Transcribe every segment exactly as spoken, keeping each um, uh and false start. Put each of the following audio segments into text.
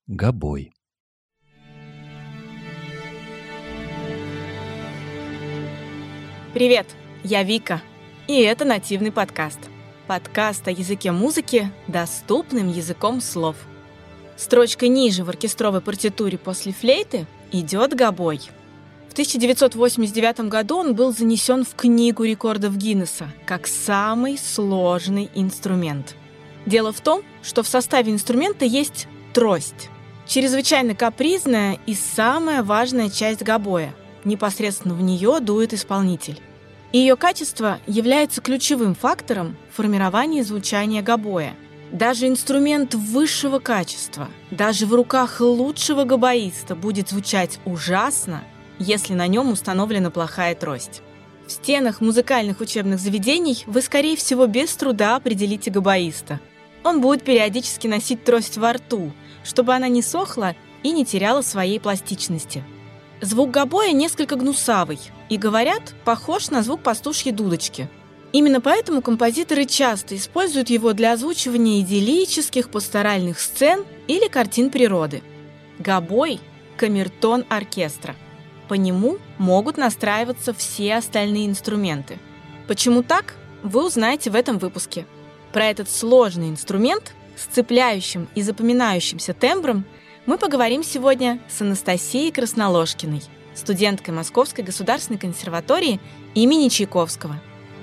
Гобой. Привет, я Вика, и это нативный подкаст. Подкаст о языке музыки доступным языком слов. Строчкой ниже в оркестровой партитуре после флейты идет гобой. В тысяча девятьсот восемьдесят девятом году он был занесен в Книгу рекордов Гиннесса как самый сложный инструмент. Дело в том, что в составе инструмента есть трость. Чрезвычайно капризная и самая важная часть гобоя. Непосредственно в нее дует исполнитель. И ее качество является ключевым фактором формирования звучания гобоя. Даже инструмент высшего качества, даже в руках лучшего гобоиста будет звучать ужасно, если на нем установлена плохая трость. В стенах музыкальных учебных заведений вы, скорее всего, без труда определите гобоиста. Он будет периодически носить трость во рту, чтобы она не сохла и не теряла своей пластичности. Звук гобоя несколько гнусавый и, говорят, похож на звук пастушьей дудочки. Именно поэтому композиторы часто используют его для озвучивания идиллических пасторальных сцен или картин природы. Гобой – камертон оркестра. По нему могут настраиваться все остальные инструменты. Почему так, вы узнаете в этом выпуске. Про этот сложный инструмент с цепляющим и запоминающимся тембром мы поговорим сегодня с Анастасией Красноложкиной, студенткой Московской государственной консерватории имени Чайковского.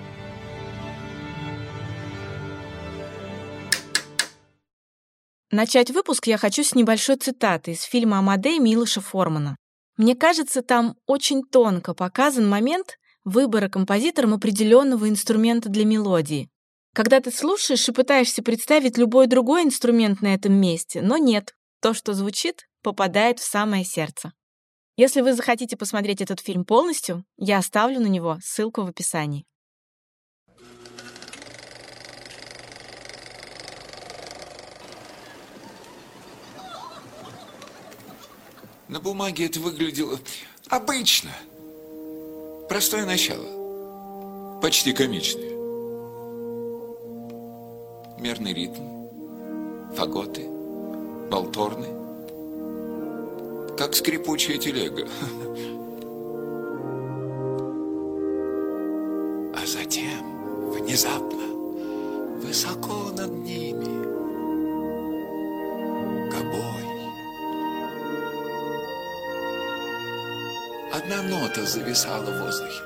Начать выпуск я хочу с небольшой цитаты из фильма «Амадей» Милоша Формана. Мне кажется, там очень тонко показан момент выбора композитором определенного инструмента для мелодии. Когда ты слушаешь и пытаешься представить любой другой инструмент на этом месте, но нет, то, что звучит, попадает в самое сердце. Если вы захотите посмотреть этот фильм полностью, я оставлю на него ссылку в описании. На бумаге это выглядело обычно. Простое начало. Почти комичное. Мерный ритм, фаготы, болторны. Как скрипучая телега. А затем, внезапно, высоко над ними гобой. Одна нота зависала в воздухе.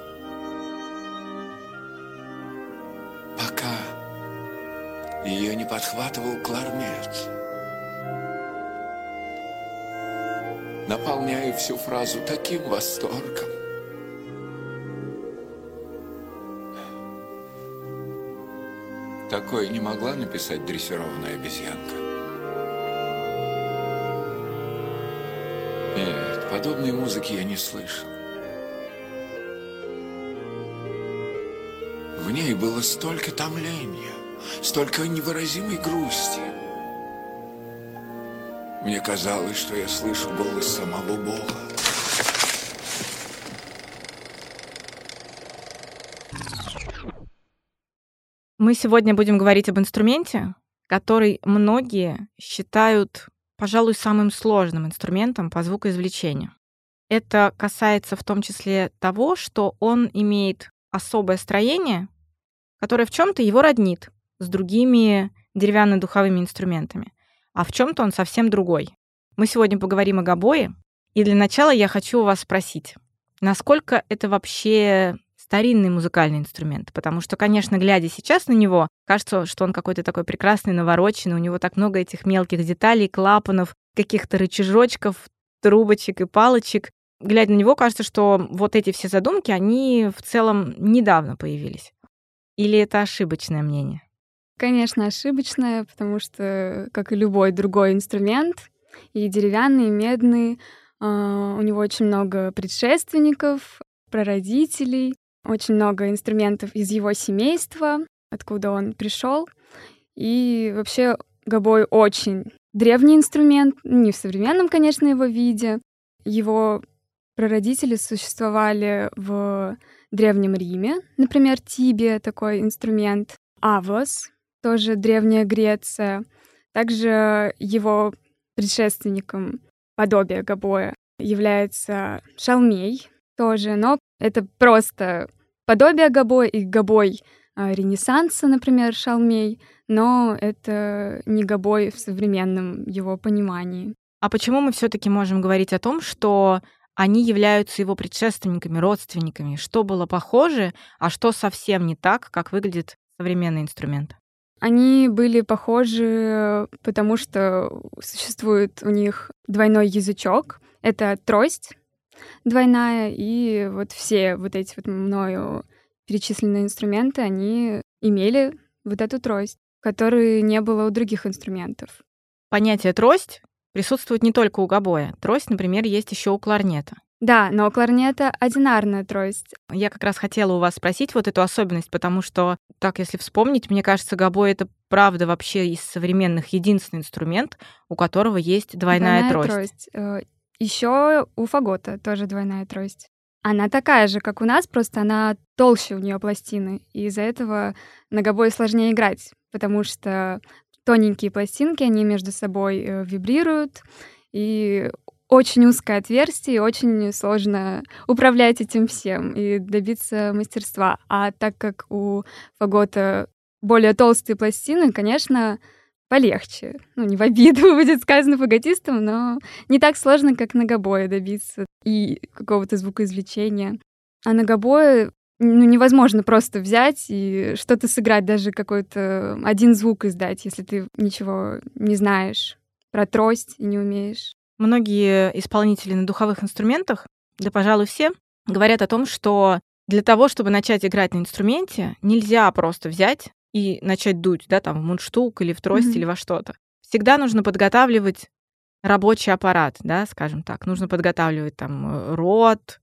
Пока ее не подхватывал кларнет, наполняя всю фразу таким восторгом. Такое не могла написать дрессированная обезьянка. Нет, подобной музыки я не слышал. В ней было столько томления, столько невыразимой грусти. Мне казалось, что я слышу голос самого Бога. Мы сегодня будем говорить об инструменте, который многие считают, пожалуй, самым сложным инструментом по звукоизвлечению. Это касается в том числе того, что он имеет особое строение, которое в чем-то его роднит с другими деревянно-духовыми инструментами, а в чем-то он совсем другой. Мы сегодня поговорим о гобое, и для начала я хочу у вас спросить, насколько это вообще старинный музыкальный инструмент? Потому что, конечно, глядя сейчас на него, кажется, что он какой-то такой прекрасный, навороченный, у него так много этих мелких деталей, клапанов, каких-то рычажочков, трубочек и палочек. Глядя на него, кажется, что вот эти все задумки, они в целом недавно появились. Или это ошибочное мнение? Конечно, ошибочное, потому что, как и любой другой инструмент, и деревянный, и медный, у него очень много предшественников, прародителей, очень много инструментов из его семейства, откуда он пришел. И вообще гобой очень древний инструмент, не в современном, конечно, его виде. Его прародители существовали в Древнем Риме, например, тибия, такой инструмент, авос, тоже Древняя Греция. Также его предшественником подобия гобоя является шалмей тоже, но это просто подобие гобоя и гобой а, Ренессанса, например, шалмей, но это не гобой в современном его понимании. А почему мы все-таки можем говорить о том, что они являются его предшественниками, родственниками? Что было похоже, а что совсем не так, как выглядит современный инструмент? Они были похожи, потому что существует у них двойной язычок. Это трость двойная, и вот все вот эти вот мною перечисленные инструменты, они имели вот эту трость, которой не было у других инструментов. Понятие «трость» присутствует не только у гобоя. Трость, например, есть еще у кларнета. Да, но у кларнета одинарная трость. Я как раз хотела у вас спросить вот эту особенность, потому что, так если вспомнить, мне кажется, гобой — это правда вообще из современных единственный инструмент, у которого есть двойная, двойная трость. трость. Еще у фагота тоже двойная трость. Она такая же, как у нас, просто она толще у нее пластины, и из-за этого на гобое сложнее играть, потому что тоненькие пластинки, они между собой э, вибрируют, и очень узкое отверстие, и очень сложно управлять этим всем и добиться мастерства. А так как у фагота более толстые пластины, конечно, полегче. Ну, не в обиду будет сказано фаготистам, но не так сложно, как на гобое добиться и какого-то звукоизвлечения. А на гобое ну, невозможно просто взять и что-то сыграть, даже какой-то один звук издать, если ты ничего не знаешь про трость и не умеешь. Многие исполнители на духовых инструментах, да, пожалуй, все, говорят о том, что для того, чтобы начать играть на инструменте, нельзя просто взять и начать дуть, да, там, в мундштук или в трость, Мгм. или во что-то. Всегда нужно подготавливать рабочий аппарат, да, скажем так. Нужно подготавливать там э, рот,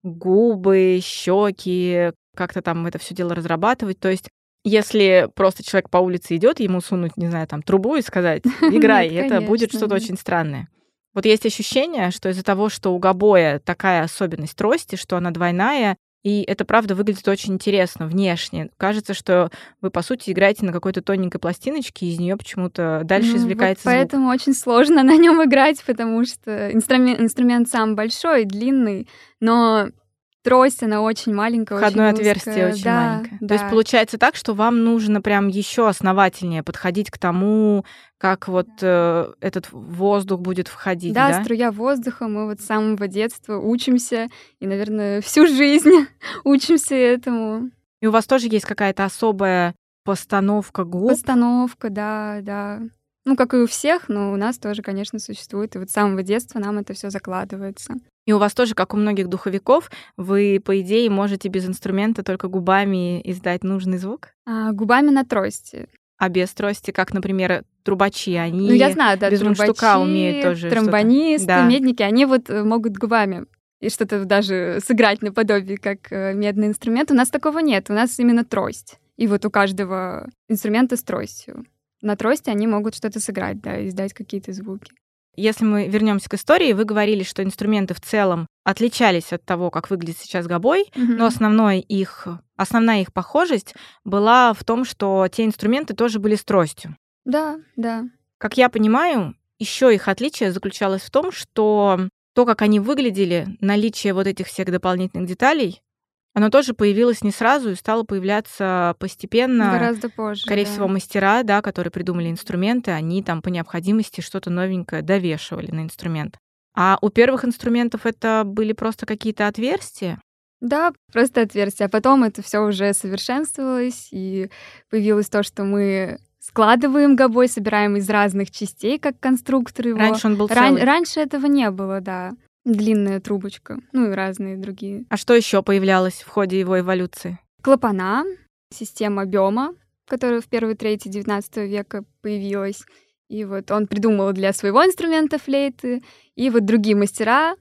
губы, щеки, как-то там это все дело разрабатывать. То есть, если просто человек по улице идет, ему сунуть, не знаю, там, трубу и сказать «играй», Нет, это будет конечно, что-то да. очень странное. Вот есть ощущение, что из-за того, что у гобоя такая особенность трости, что она двойная, и это, правда, выглядит очень интересно внешне. Кажется, что вы, по сути, играете на какой-то тоненькой пластиночке, и из нее почему-то дальше Ну, вот извлекается звук. поэтому очень сложно на нем играть, потому что инструмен- инструмент сам большой, длинный, но трость, она очень маленькая, Входное очень отверстие узкая. очень Да, маленькое. То есть да. получается так, что вам нужно прям еще основательнее подходить к тому, как вот э, этот воздух будет входить, Да, да? струя воздуха. Мы вот с самого детства учимся и, наверное, всю жизнь учимся этому. И у вас тоже есть какая-то особая постановка губ. Постановка, да, да. Ну, как и у всех, но у нас тоже, конечно, существует. И вот с самого детства нам это все закладывается. И у вас тоже, как у многих духовиков, вы, по идее, можете без инструмента только губами издать нужный звук? А, губами на трости. А без трости, как, например, трубачи, Ну, я они знаю, да, без мундштука умеют трубачи, тоже что-то. тромбонисты, Да. медники, они вот э, могут губами и что-то даже сыграть наподобие, как э, медный инструмент. У нас такого нет, у нас именно трость. И вот у каждого инструмента с тростью. На трости они могут что-то сыграть, да, издать какие-то звуки. Если мы вернемся к истории, вы говорили, что инструменты в целом отличались от того, как выглядит сейчас гобой, Мгм. но основной их, основная их похожесть была в том, что те инструменты тоже были с тростью. Да, да. Как я понимаю, еще их отличие заключалось в том, что то, как они выглядели, наличие вот этих всех дополнительных деталей, оно тоже появилось не сразу и стало появляться постепенно. Гораздо позже, Скорее да. всего, мастера, да, которые придумали инструменты, они там по необходимости что-то новенькое довешивали на инструмент. А у первых инструментов это были просто какие-то отверстия? Да, просто отверстие. А потом это все уже совершенствовалось, и появилось то, что мы складываем гобой, собираем из разных частей, как конструктор его. Раньше он был Ран- целый. Раньше этого не было, да. Длинная трубочка, ну и разные другие. А что еще появлялось в ходе его эволюции? Клапана, система Бёма, которая в первой трети девятнадцатого века появилась. И вот он придумал для своего инструмента флейты. И вот другие мастера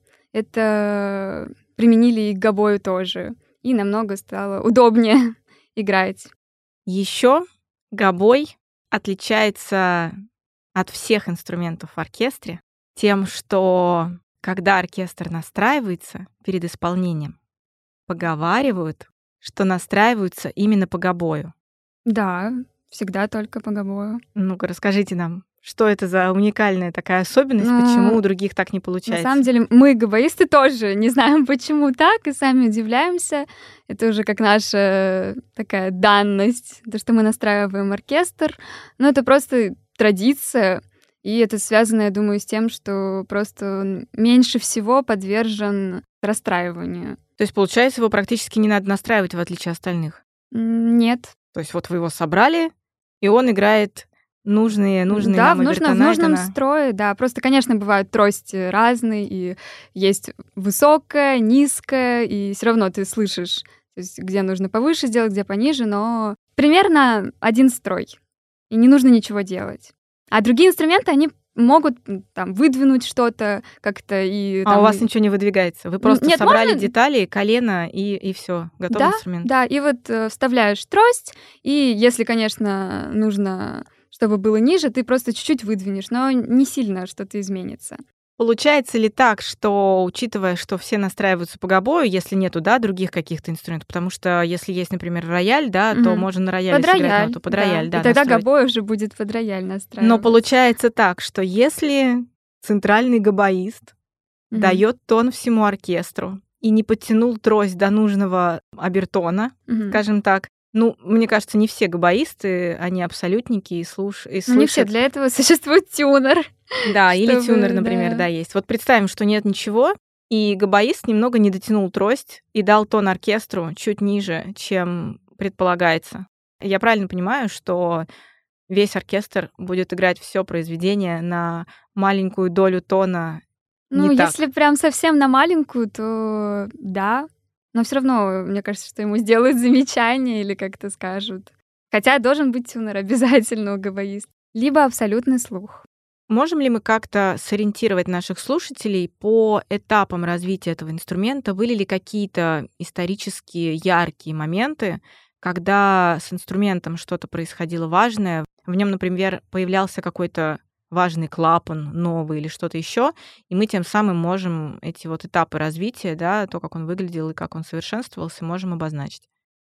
это применили и к гобою тоже. И намного стало удобнее играть. Еще гобой отличается от всех инструментов в оркестре тем, что когда оркестр настраивается перед исполнением, поговаривают, что настраиваются именно по гобою. Да, всегда только по гобою. Ну-ка, расскажите нам, Что это за уникальная такая особенность? Ну, почему у других так не получается? На самом деле мы, габаисты, тоже не знаем, почему так, и сами удивляемся. Это уже как наша такая данность, то, что мы настраиваем оркестр. Но это просто традиция, и это связано, я думаю, с тем, что просто он меньше всего подвержен расстраиванию. То есть, получается, его практически не надо настраивать, в отличие от остальных? Нет. То есть вот вы его собрали, и он играет нужные, нужные да, нам в, нужно, в нужном строе, да. Просто, конечно, бывают трости разные, и есть высокая, низкая, и все равно ты слышишь, то есть где нужно повыше сделать, где пониже, но примерно один строй, и не нужно ничего делать. А другие инструменты, они могут там выдвинуть что-то как-то и... А там... у вас ничего не выдвигается? Вы просто Нет, собрали можно... детали, колено и, и все, готовый да, инструмент? Да, и вот э, вставляешь трость, и если, конечно, нужно, чтобы было ниже, ты просто чуть-чуть выдвинешь, но не сильно что-то изменится. Получается ли так, что, учитывая, что все настраиваются по гобою, если нету, да, других каких-то инструментов, потому что если есть, например, рояль, да, mm-hmm. то можно на рояле под сыграть рояль, ноту, под да. рояль, да, и тогда настроить. гобой уже будет под рояль настраивать. Но получается так, что если центральный гобоист mm-hmm. дает тон всему оркестру и не подтянул трость до нужного обертона, mm-hmm. скажем так, ну, мне кажется, не все гобоисты, они абсолютники и, слуш... и слышат... Ну, не все, для этого существует тюнер. Да, чтобы, или тюнер, например, да. да, есть. Вот представим, что нет ничего, и гобоист немного не дотянул трость и дал тон оркестру чуть ниже, чем предполагается. Я правильно понимаю, что весь оркестр будет играть все произведение на маленькую долю тона? Ну, не если так? прям совсем на маленькую, то да. Но все равно, мне кажется, что ему сделают замечание или как-то скажут. Хотя должен быть тюнер обязательно у гобоиста. Либо абсолютный слух. Можем ли мы как-то сориентировать наших слушателей по этапам развития этого инструмента? Были ли какие-то исторические яркие моменты, когда с инструментом что-то происходило важное? В нем, например, появлялся какой-то важный клапан новый или что-то еще, и мы тем самым можем эти вот этапы развития, да, то, как он выглядел и как он совершенствовался, можем обозначить.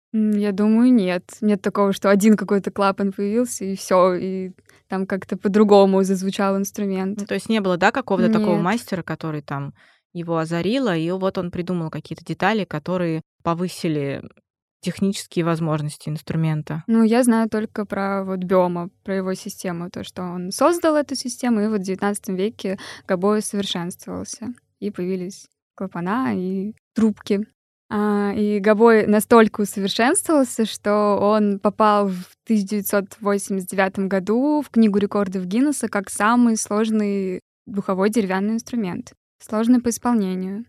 Я думаю, нет. Нет такого, что один какой-то клапан появился, и все, и там как-то по-другому зазвучал инструмент. Ну, то есть не было, да, какого-то нет. такого мастера, который там его озарило, и вот он придумал какие-то детали, которые повысили технические возможности инструмента. Ну, я знаю только про вот Бёма, про его систему, то, что он создал эту систему, и вот в девятнадцатом веке гобой совершенствовался. И появились клапана и трубки. А, и гобой настолько усовершенствовался, что он попал в тысяча девятьсот восемьдесят девятом году в Книгу рекордов Гиннесса как самый сложный духовой деревянный инструмент. Сложный по исполнению.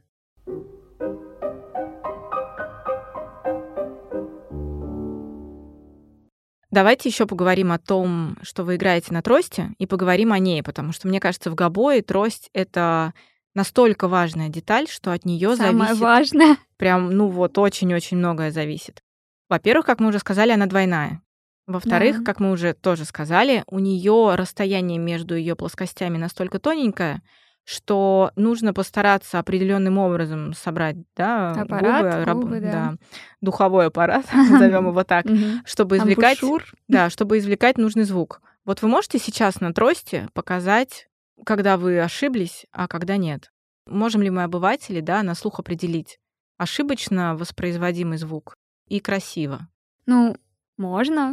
Давайте еще поговорим о том, что вы играете на трости, и поговорим о ней, потому что, мне кажется, в гобое трость — это настолько важная деталь, что от нее зависит... Самое важное. Прям, ну вот, очень-очень многое зависит. Во-первых, как мы уже сказали, она двойная. Во-вторых, да. как мы уже тоже сказали, у нее расстояние между ее плоскостями настолько тоненькое, что нужно постараться определенным образом собрать, да, аппарат, губы, губы, раб, да. да, духовой аппарат, назовем его так, чтобы извлекать, да, чтобы извлекать нужный звук. Вот вы можете сейчас на трости показать, когда вы ошиблись, а когда нет? Можем ли мы, обыватели, да, на слух определить ошибочно воспроизводимый звук и красиво? Ну, можно.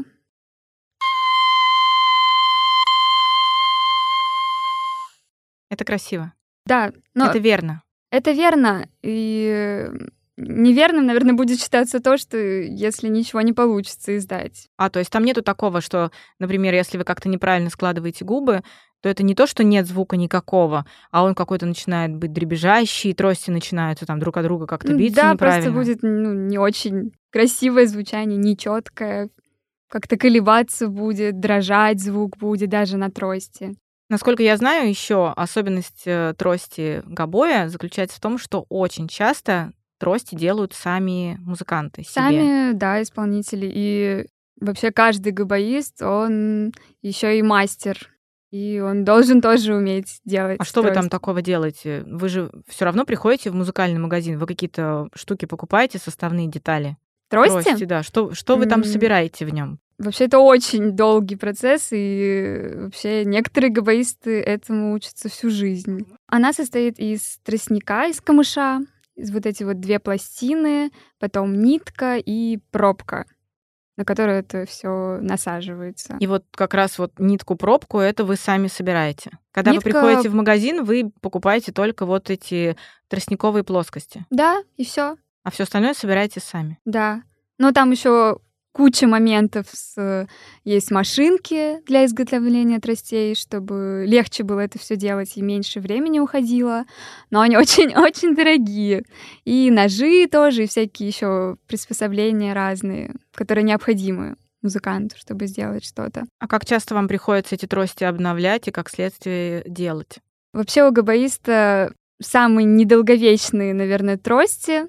Это красиво. Да, но это верно. Это верно. И неверным, наверное, будет считаться то, что если ничего не получится издать. А, то есть там нету такого, что, например, если вы как-то неправильно складываете губы, то это не то, что нет звука никакого, а он какой-то начинает быть дребезжащий, трости начинаются там друг от друга как-то биться да, неправильно. Да, просто будет ну, не очень красивое звучание, нечёткое, как-то колебаться будет, дрожать звук будет даже на трости. Насколько я знаю, еще особенность трости гобоя заключается в том, что очень часто трости делают сами музыканты себе. Сами, да, исполнители. И вообще каждый гобоист, он еще и мастер. И он должен тоже уметь делать. А что трость. Вы там такого делаете? Вы же все равно приходите в музыкальный магазин, вы какие-то штуки покупаете, составные детали? Трости? Трости, да. Что, что вы там М, собираете в нем? Вообще это очень долгий процесс, и вообще некоторые габаисты этому учатся всю жизнь. Она состоит из тростника, из камыша, из вот эти вот две пластины, потом нитка и пробка, на которую это все насаживается. И вот как раз вот нитку-пробку это вы сами собираете. Когда вы Нитка, приходите в магазин, вы покупаете только вот эти тростниковые плоскости, да, и все, а все остальное собираете сами. да. Но там еще куча моментов с есть машинки для изготовления тростей, чтобы легче было это все делать и меньше времени уходило. Но они очень-очень дорогие. И ножи тоже, и всякие еще приспособления разные, которые необходимы музыканту, чтобы сделать что-то. А как часто вам приходится эти трости обновлять и, как следствие, делать? Вообще у габаиста самые недолговечные, наверное, трости.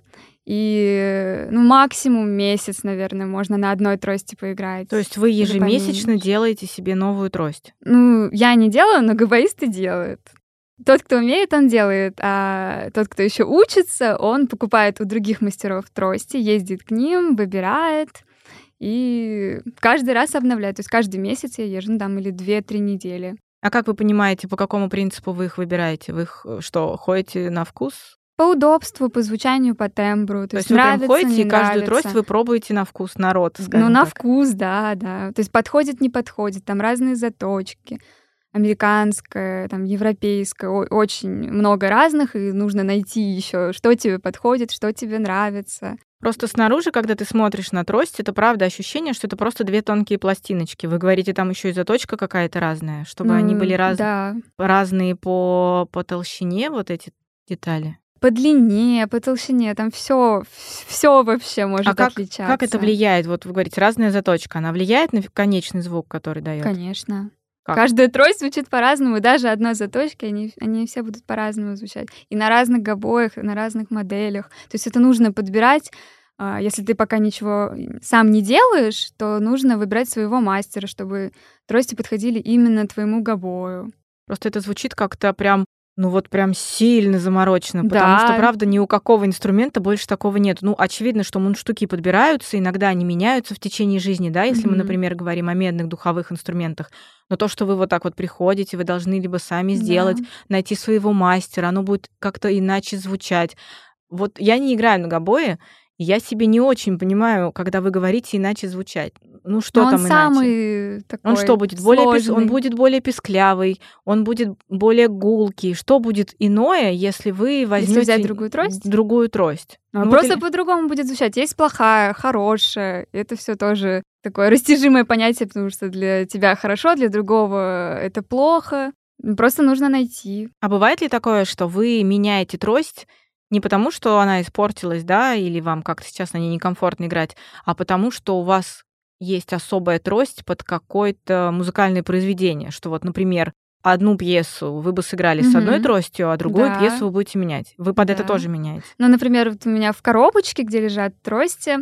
И, ну, максимум месяц, наверное, можно на одной трости поиграть. То есть вы Или ежемесячно поменьше. делаете себе новую трость? Ну, я не делаю, но габаисты делают. Тот, кто умеет, он делает, а тот, кто еще учится, он покупает у других мастеров трости, ездит к ним, выбирает и каждый раз обновляет. То есть каждый месяц я езжу, ну, там, или две-три недели. А как вы понимаете, по какому принципу вы их выбираете? Вы их э, что, ходите на вкус? По удобству, по звучанию, по тембру. То, То есть есть вы прям нравится, ходите не и каждую нравится. трость вы пробуете на вкус, на рот, Ну, скажем на так. вкус, да, да. То есть подходит, не подходит. Там разные заточки. Американская, там, европейская. О- очень много разных, и нужно найти еще, что тебе подходит, что тебе нравится. Просто снаружи, когда ты смотришь на трость, это правда ощущение, что это просто две тонкие пластиночки. Вы говорите, там еще и заточка какая-то разная, чтобы они были Ну, раз... да. разные по... по толщине, вот эти детали. По длине, по толщине, там все, все вообще может А как, отличаться. как это влияет? Вот вы говорите, разная заточка, она влияет на конечный звук, который дает? Конечно. Как? Каждая трость звучит по-разному, даже одной заточки, они, они все будут по-разному звучать. И на разных гобоях, и на разных моделях. То есть это нужно подбирать. а, Если ты пока ничего сам не делаешь, то нужно выбирать своего мастера, чтобы трости подходили именно твоему гобою. Просто это звучит как-то прям, ну вот прям сильно заморочено, потому что, Да, правда, ни у какого инструмента больше такого нет. Ну, очевидно, что мундштуки подбираются, иногда они меняются в течение жизни, да, если мы, мгм, например, говорим о медных духовых инструментах. Но то, что вы вот так вот приходите, вы должны либо сами да. сделать, найти своего мастера, оно будет как-то иначе звучать. Вот я не играю на гобое, и я себе не очень понимаю, когда вы говорите иначе звучать. Ну, что Но он там иначе? самый Он что такой будет? Более пис... Он сложный. будет более писклявый, он будет более гулкий. Что будет иное, если вы Если возьмете взять другую трость, другую трость? а, Ну, вот просто и- по-другому будет звучать. Есть плохая, хорошая. Это все тоже такое растяжимое понятие, потому что для тебя хорошо, для другого это плохо. Просто нужно найти. А бывает ли такое, что вы меняете трость не потому, что она испортилась, да, или вам как-то сейчас на ней некомфортно играть, а потому, что у вас есть особая трость под какое-то музыкальное произведение, что вот, например, одну пьесу вы бы сыграли с одной Мгм. тростью, а другую Да, пьесу вы будете менять. Вы под это да. тоже меняете? Ну, например, вот у меня в коробочке, где лежат трости,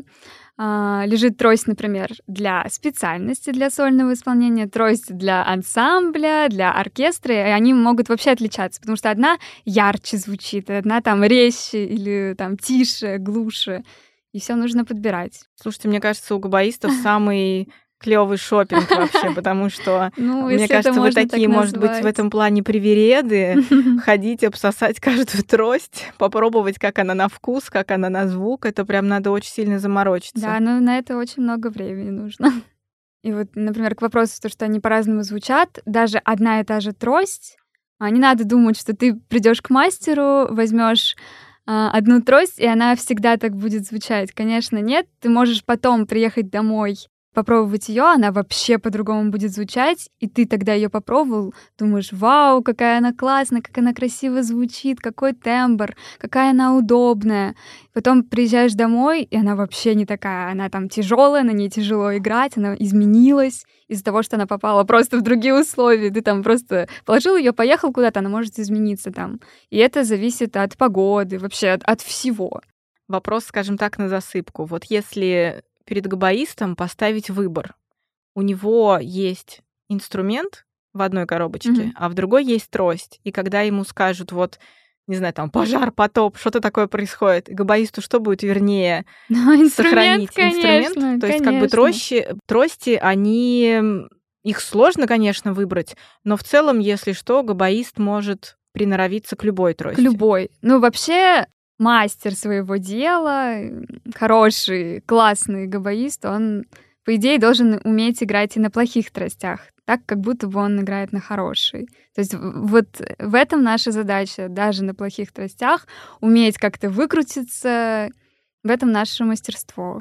а, лежит трость, например, для специальности, для сольного исполнения, трость для ансамбля, для оркестра, и они могут вообще отличаться, потому что одна ярче звучит, а одна там резче или там тише, глуше, и все нужно подбирать. Слушайте, мне кажется, у габаистов самый клевый шопинг вообще, потому что, Ну, мне если это кажется, вы можно так такие, может быть, в назвать. этом плане привереды, ходить, обсосать каждую трость, попробовать, как она на вкус, как она на звук. Это прям надо очень сильно заморочиться. Да, но на это очень много времени нужно. И вот, например, к вопросу, то, что они по-разному звучат, даже одна и та же трость, а, не надо думать, что ты придешь к мастеру, возьмешь а, одну трость, и она всегда так будет звучать. Конечно, нет. Ты можешь потом приехать домой, попробовать ее, она вообще по-другому будет звучать, и ты тогда ее попробовал, думаешь, вау, какая она классная, как она красиво звучит, какой тембр, какая она удобная. Потом приезжаешь домой, и она вообще не такая, она там тяжелая, на ней тяжело играть, она изменилась из-за того, что она попала просто в другие условия. Ты там просто положил ее, поехал куда-то, она может измениться там. И это зависит от погоды, вообще от, от всего. Вопрос, скажем так, на засыпку. Вот если перед габаистом поставить выбор, у него есть инструмент в одной коробочке, Мгм. а в другой есть трость. И когда ему скажут, вот не знаю, там пожар, потоп, что-то такое происходит. Габаисту что будет вернее Ну, инструмент, сохранить конечно, инструмент? То есть как бы конечно. трости, трости, они... Их сложно, конечно, выбрать, но в целом, если что, габаист может приноровиться к любой трости. К любой. Ну, вообще, мастер своего дела, хороший, классный габаист, он, по идее, должен уметь играть и на плохих тростях, так, как будто бы он играет на хорошей. То есть вот в этом наша задача, даже на плохих тростях, уметь как-то выкрутиться, в этом наше мастерство.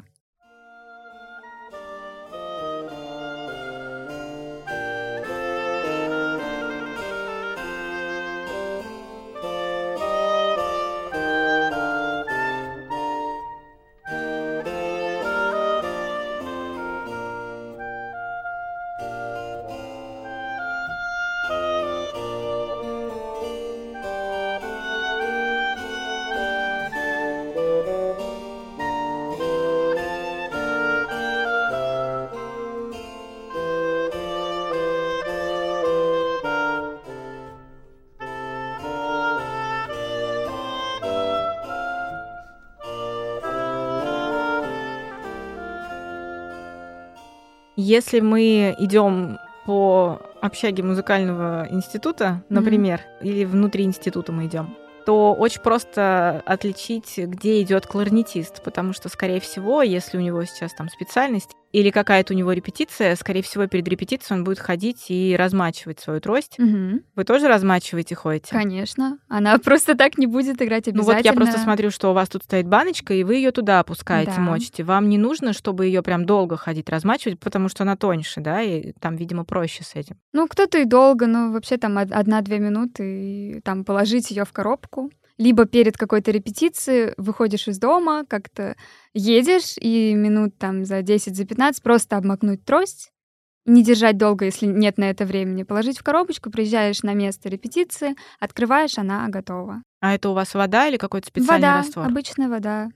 Если мы идем по общаге музыкального института, например, mm-hmm. или внутри института мы идем, то очень просто отличить, где идет кларнетист, потому что, скорее всего, если у него сейчас там специальность или какая-то у него репетиция, скорее всего, перед репетицией он будет ходить и размачивать свою трость. Угу. Вы тоже размачиваете, ходите? Конечно. Она просто так не будет играть обязательно. Ну вот я просто смотрю, что у вас тут стоит баночка, и вы ее туда опускаете, да. мочите. Вам не нужно, чтобы ее прям долго ходить размачивать, потому что она тоньше, да, и там, видимо, проще с этим. Ну, кто-то и долго, но вообще там одна-две минуты, и там положить ее в коробку. Либо перед какой-то репетицией выходишь из дома, как-то едешь, и минут там за десять, за пятнадцать просто обмакнуть трость, не держать долго, если нет на это времени, положить в коробочку, приезжаешь на место репетиции, открываешь, она готова. А это у вас вода или какой-то специальный вода, раствор? Обычная вода.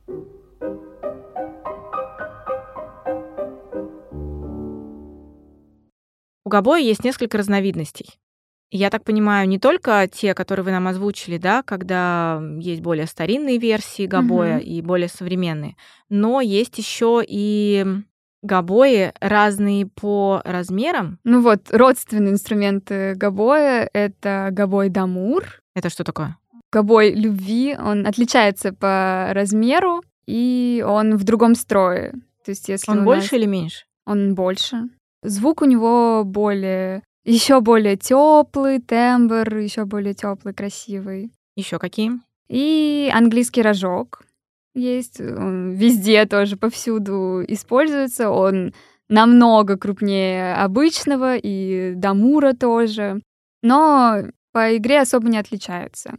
У гобоя есть несколько разновидностей. Я так понимаю, не только те, которые вы нам озвучили, да, когда есть более старинные версии гобоя Мгм. и более современные, но есть еще и гобои разные по размерам. Ну вот, родственные инструменты гобоя — это гобой дамур. Это что такое? Гобой любви, он отличается по размеру, и он в другом строе. То есть если Он у больше нас- или меньше? Он больше. Звук у него более, еще более теплый, тембр еще более теплый, красивый. Еще какие? И английский рожок есть, он везде тоже, повсюду используется. Он намного крупнее обычного, и дамура тоже, но по игре особо не отличается.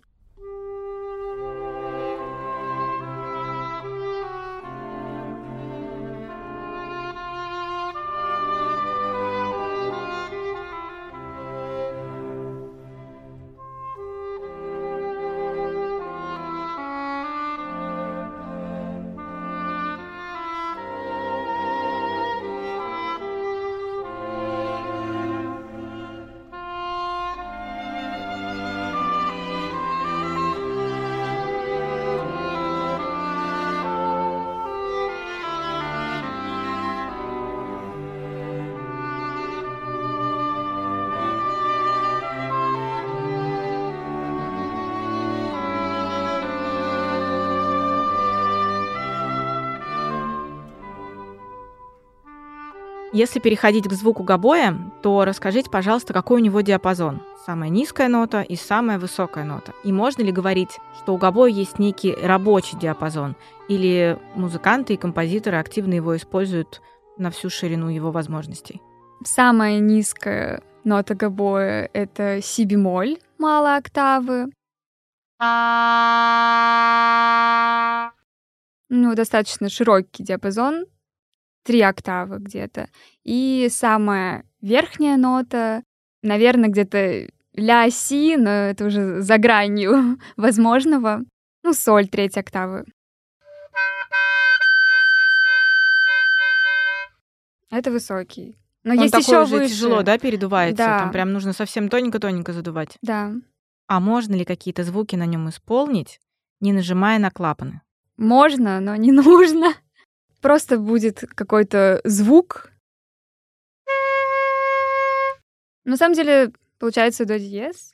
Если переходить к звуку гобоя, то расскажите, пожалуйста, какой у него диапазон. Самая низкая нота и самая высокая нота. И можно ли говорить, что у гобоя есть некий рабочий диапазон? Или музыканты и композиторы активно его используют на всю ширину его возможностей? Самая низкая нота гобоя — это си-бемоль, малой октавы. Ну, достаточно широкий диапазон, три октавы где-то. И самая верхняя нота, наверное, где-то ля-си, но это уже за гранью возможного. Ну, соль, треть октавы. Это высокий. Но Он есть такой еще уже выше. тяжело, да, передувается? Да. Там прям нужно совсем тоненько-тоненько задувать. Да. А можно ли какие-то звуки на нем исполнить, не нажимая на клапаны? Можно, но не нужно. Просто будет какой-то звук. На самом деле, получается до диез.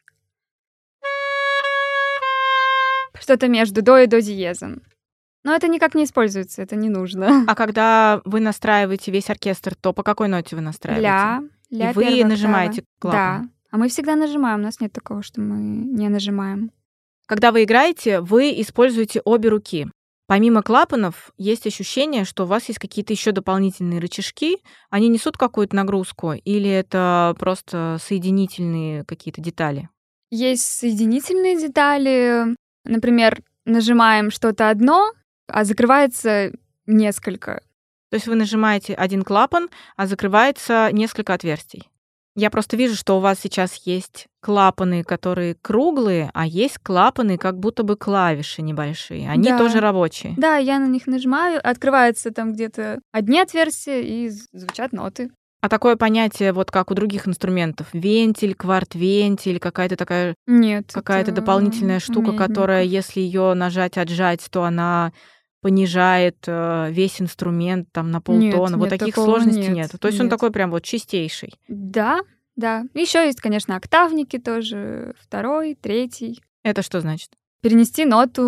Что-то между до и до диезом. Но это никак не используется, это не нужно. А когда вы настраиваете весь оркестр, то по какой ноте вы настраиваете? Ля, ля И вы первая нажимаете октава. клапан? Да. А мы всегда нажимаем, у нас нет такого, что мы не нажимаем. Когда вы играете, вы используете обе руки. Помимо клапанов, есть ощущение, что у вас есть какие-то еще дополнительные рычажки. Они несут какую-то нагрузку или это просто соединительные какие-то детали? Есть соединительные детали. Например, нажимаем что-то одно, а закрывается несколько. То есть вы нажимаете один клапан, а закрывается несколько отверстий. Я просто вижу, что у вас сейчас есть клапаны, которые круглые, а есть клапаны, как будто бы клавиши небольшие. Они Да. тоже рабочие. Да, я на них нажимаю, открываются там где-то одни отверстия и з- звучат ноты. А такое понятие, вот как у других инструментов, вентиль, кварт-вентиль, какая-то такая Нет. какая-то это дополнительная штука, умеет которая, Милков. если ее нажать, отжать, то она понижает э, весь инструмент там на Нет, полтона. Вот нет, таких такого сложностей нет. нет. То есть он Нет. такой прям вот чистейший. Да, да. Еще есть, конечно, октавники тоже. Второй, третий. Это что значит? Перенести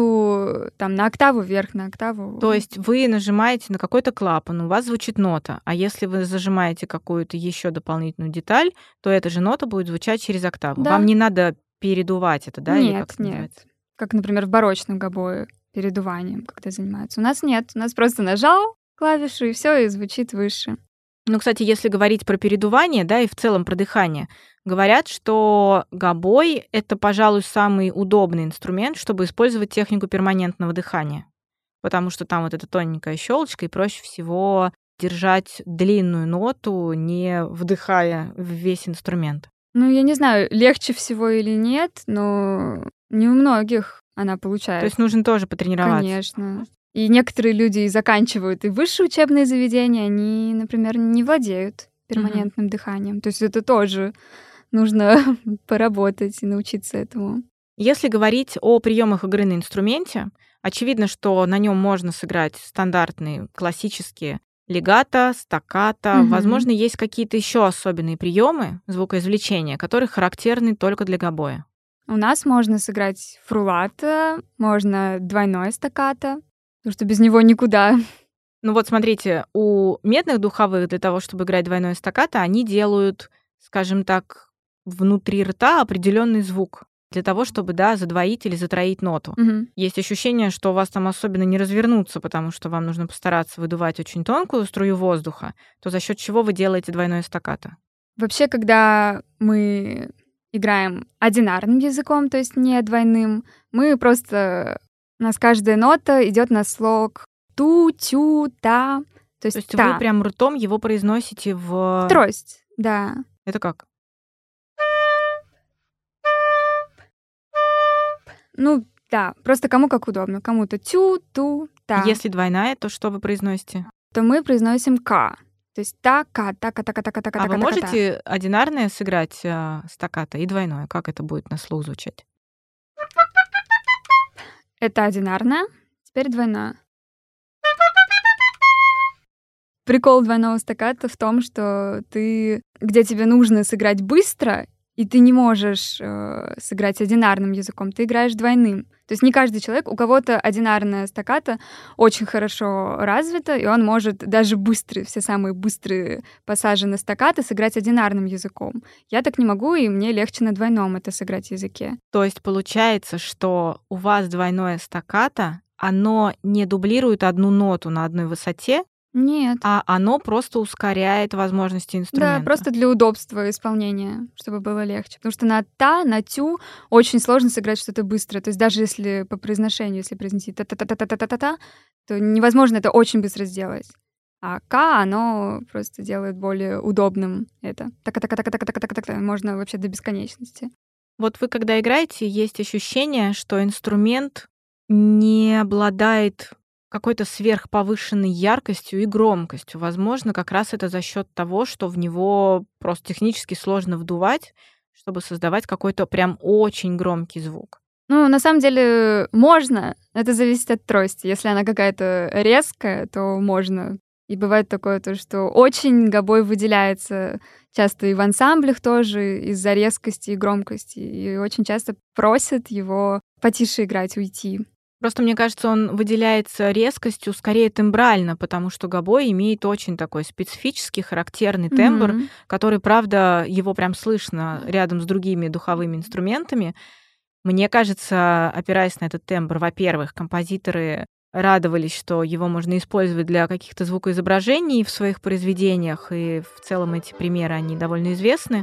ноту там на октаву вверх, на октаву. То есть вы нажимаете на какой-то клапан, у вас звучит нота, а если вы зажимаете какую-то еще дополнительную деталь, то эта же нота будет звучать через октаву. Да. Вам не надо передувать это, да? или Нет, как это нет. называется? Как, например, в барочном гобое передуванием, когда занимаются. У нас нет. У нас просто нажал клавишу, и все, и звучит выше. Ну, кстати, если говорить про передувание, да, и в целом про дыхание, говорят, что гобой — это, пожалуй, самый удобный инструмент, чтобы использовать технику перманентного дыхания. Потому что там вот эта тоненькая щелочка, и проще всего держать длинную ноту, не вдыхая в весь инструмент. Ну, я не знаю, легче всего или нет, но не у многих она То получается. есть нужно тоже потренироваться. Конечно. И некоторые люди и заканчивают и высшие учебные заведения, они, например, не владеют перманентным дыханием. То есть это тоже нужно поработать и научиться этому. Если говорить о приемах игры на инструменте, очевидно, что на нем можно сыграть стандартные классические легато, стаккато. Мгм. Возможно, есть какие-то еще особенные приемы звукоизвлечения, которые характерны только для гобоя. У нас можно сыграть фрулато, можно двойное стаккато, потому что без него никуда. Ну вот смотрите, у медных духовых для того, чтобы играть двойное стаккато, они делают, скажем так, внутри рта определенный звук для того, чтобы, да, задвоить или затроить ноту. Мгм. Есть ощущение, что у вас там особенно не развернуться, потому что вам нужно постараться выдувать очень тонкую струю воздуха, то за счет чего вы делаете двойное стаккато? Вообще, когда мы играем одинарным языком, то есть не двойным, мы просто... У нас каждая нота идет на слог ту, тю, та. То есть, То есть та. вы прям ртом его произносите в... Трость, да. Это как? Ну, да, просто кому как удобно. Кому-то тю, ту, та. Если двойная, то что вы произносите? То мы произносим ка. То есть та, ка, та, ка, та, ка, та, ка, та, ка, А та, вы ка, та, ка, та. можете одинарное сыграть а, стаккато и двойное? Как это будет на слух звучать? Это одинарное, теперь двойное. Прикол двойного стаккато в том, что ты, где тебе нужно сыграть быстро, и ты не можешь э, сыграть одинарным языком, ты играешь двойным. То есть не каждый человек, у кого-то одинарное стаккато очень хорошо развито, и он может даже быстрые, все самые быстрые пассажи на стаккато сыграть одинарным языком. Я так не могу, и мне легче на двойном это сыграть языке. То есть получается, что у вас двойное стаккато, оно не дублирует одну ноту на одной высоте, Нет. а оно просто ускоряет возможности инструмента. Да, просто для удобства исполнения, чтобы было легче. Потому что на та, на тю очень сложно сыграть что-то быстрое. То есть даже если по произношению, если произнести та-та-та-та-та-та-та, то невозможно это очень быстро сделать. А к, оно просто делает более удобным это. Так-так-так-так-так-так-так, можно вообще до бесконечности. Вот вы, когда играете, есть ощущение, что инструмент не обладает какой-то сверхповышенной яркостью и громкостью. Возможно, как раз это за счет того, что в него просто технически сложно вдувать, чтобы создавать какой-то прям очень громкий звук? Ну, на самом деле, можно. Это зависит от трости. Если она какая-то резкая, то можно. И бывает такое, то, что очень гобой выделяется часто и в ансамблях тоже из-за резкости и громкости. И очень часто просят его потише играть, уйти. Просто, мне кажется, он выделяется резкостью скорее тембрально, потому что гобой имеет очень такой специфический, характерный тембр, Мгм. который, правда, его прям слышно рядом с другими духовыми инструментами. Мне кажется, опираясь на этот тембр, во-первых, композиторы радовались, что его можно использовать для каких-то звукоизображений в своих произведениях, и в целом эти примеры, они довольно известны.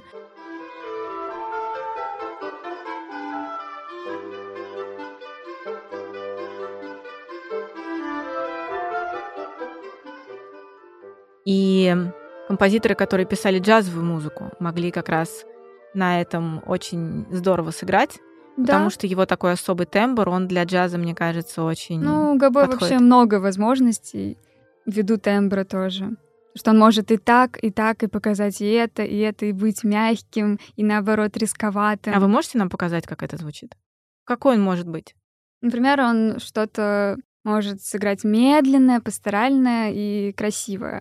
И композиторы, которые писали джазовую музыку, могли как раз на этом очень здорово сыграть, потому Да. что его такой особый тембр, он для джаза, мне кажется, очень Ну, у гобой подходит. вообще много возможностей ввиду тембра тоже. Что он может и так, и так, и показать и это, и это, и быть мягким, и наоборот рисковатым. А вы можете нам показать, как это звучит? Какой он может быть? Например, он что-то может сыграть медленное, пасторальное и красивое.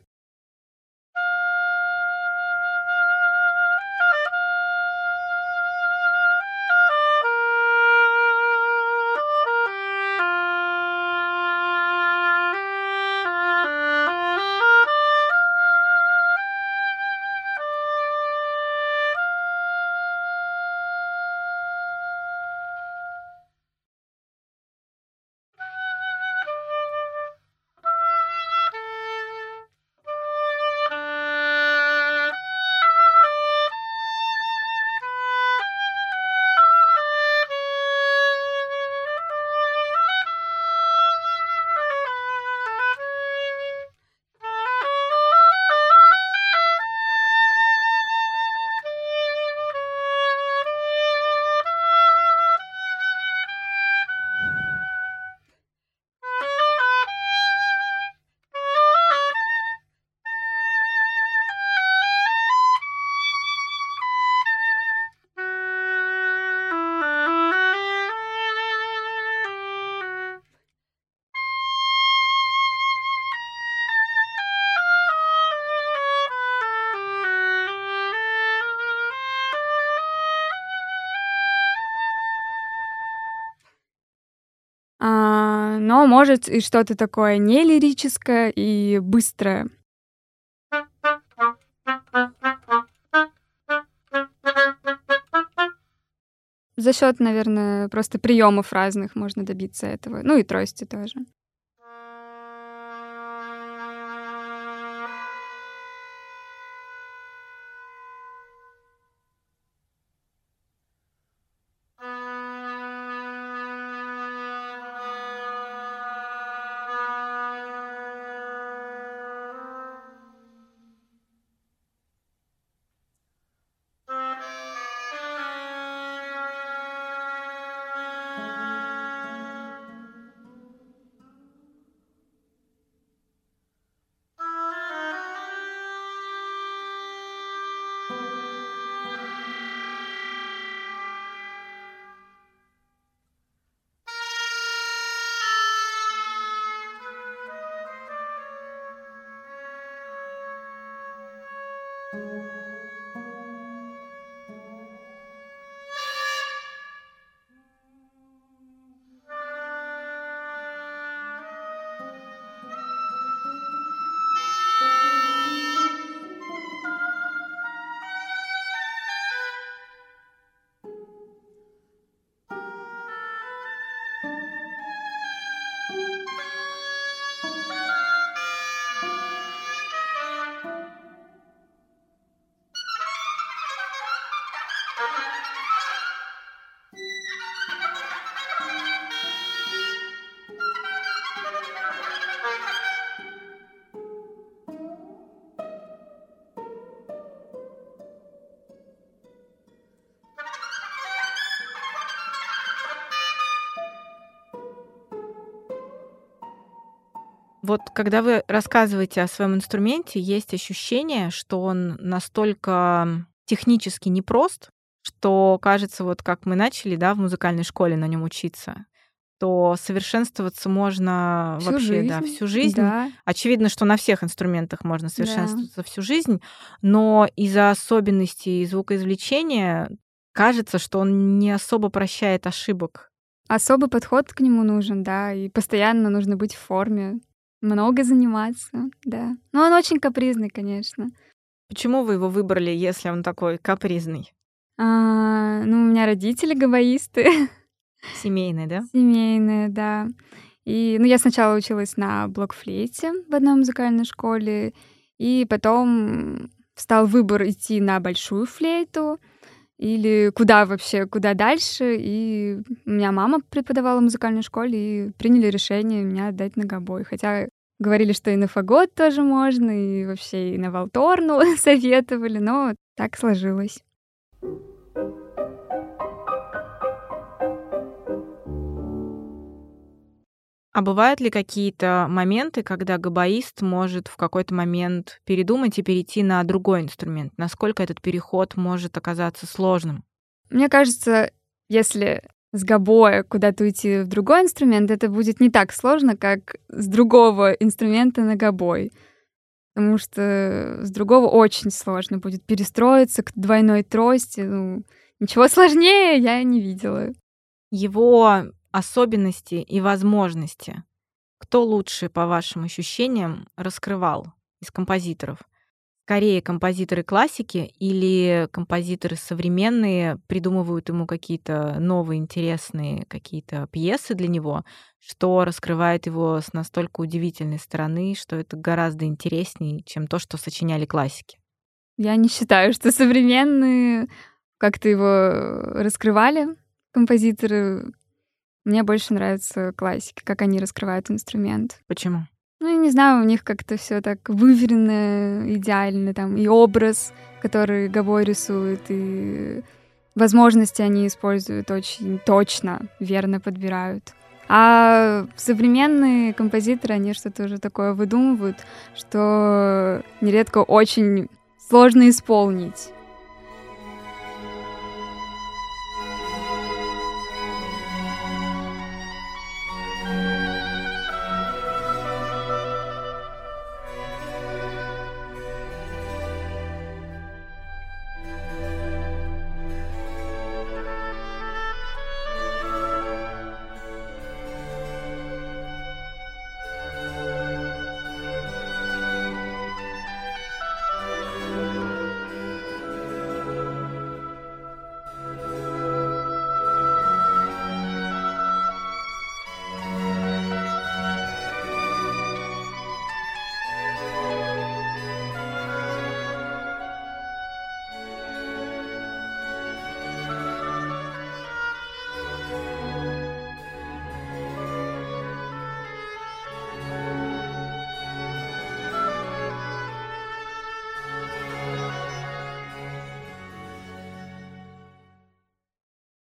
А, но может и что-то такое нелирическое и быстрое. За счет, наверное, просто приемов разных можно добиться этого. Ну и трости тоже. Вот когда вы рассказываете о своем инструменте, есть ощущение, что он настолько технически непрост, что, кажется, вот как мы начали, да, в музыкальной школе на нем учиться, то совершенствоваться можно Всю вообще, да, жизнь, всю жизнь. да. Очевидно, что на всех инструментах можно Да. совершенствоваться всю жизнь, но из-за особенностей звукоизвлечения кажется, что он не особо прощает ошибок. Особый подход к нему нужен, да, и постоянно нужно быть в форме, много заниматься, да. Но он очень капризный, конечно. Почему вы его выбрали, если он такой капризный? А, ну, у меня родители габаисты. Семейный, да? Семейные, да. И, ну, я сначала училась на блокфлейте в одной музыкальной школе, и потом встал выбор идти на большую флейту или куда вообще, куда дальше. И у меня мама преподавала в музыкальной школе, и приняли решение меня отдать на гобой. Хотя говорили, что и на фагот тоже можно, и вообще и на валторну советовали, но так сложилось. А бывают ли какие-то моменты, когда габаист может в какой-то момент передумать и перейти на другой инструмент? Насколько этот переход может оказаться сложным? Мне кажется, если с гобоя куда-то уйти в другой инструмент, это будет не так сложно, как с другого инструмента на гобой. Потому что с другого очень сложно будет перестроиться к двойной трости. Ну, ничего сложнее я не видела. Его особенности и возможности кто лучше, по вашим ощущениям, раскрывал из композиторов? Скорее композиторы классики или композиторы современные придумывают ему какие-то новые интересные какие-то пьесы для него, что раскрывает его с настолько удивительной стороны, что это гораздо интереснее, чем то, что сочиняли классики? Я не считаю, что современные как-то его раскрывали, композиторы. Мне больше нравятся классики, как они раскрывают инструмент. Почему? Ну, я не знаю, у них как-то все так выверено, идеально, там, и образ, который гобой рисует, и возможности они используют очень точно, верно подбирают. А современные композиторы, они что-то уже такое выдумывают, что нередко очень сложно исполнить.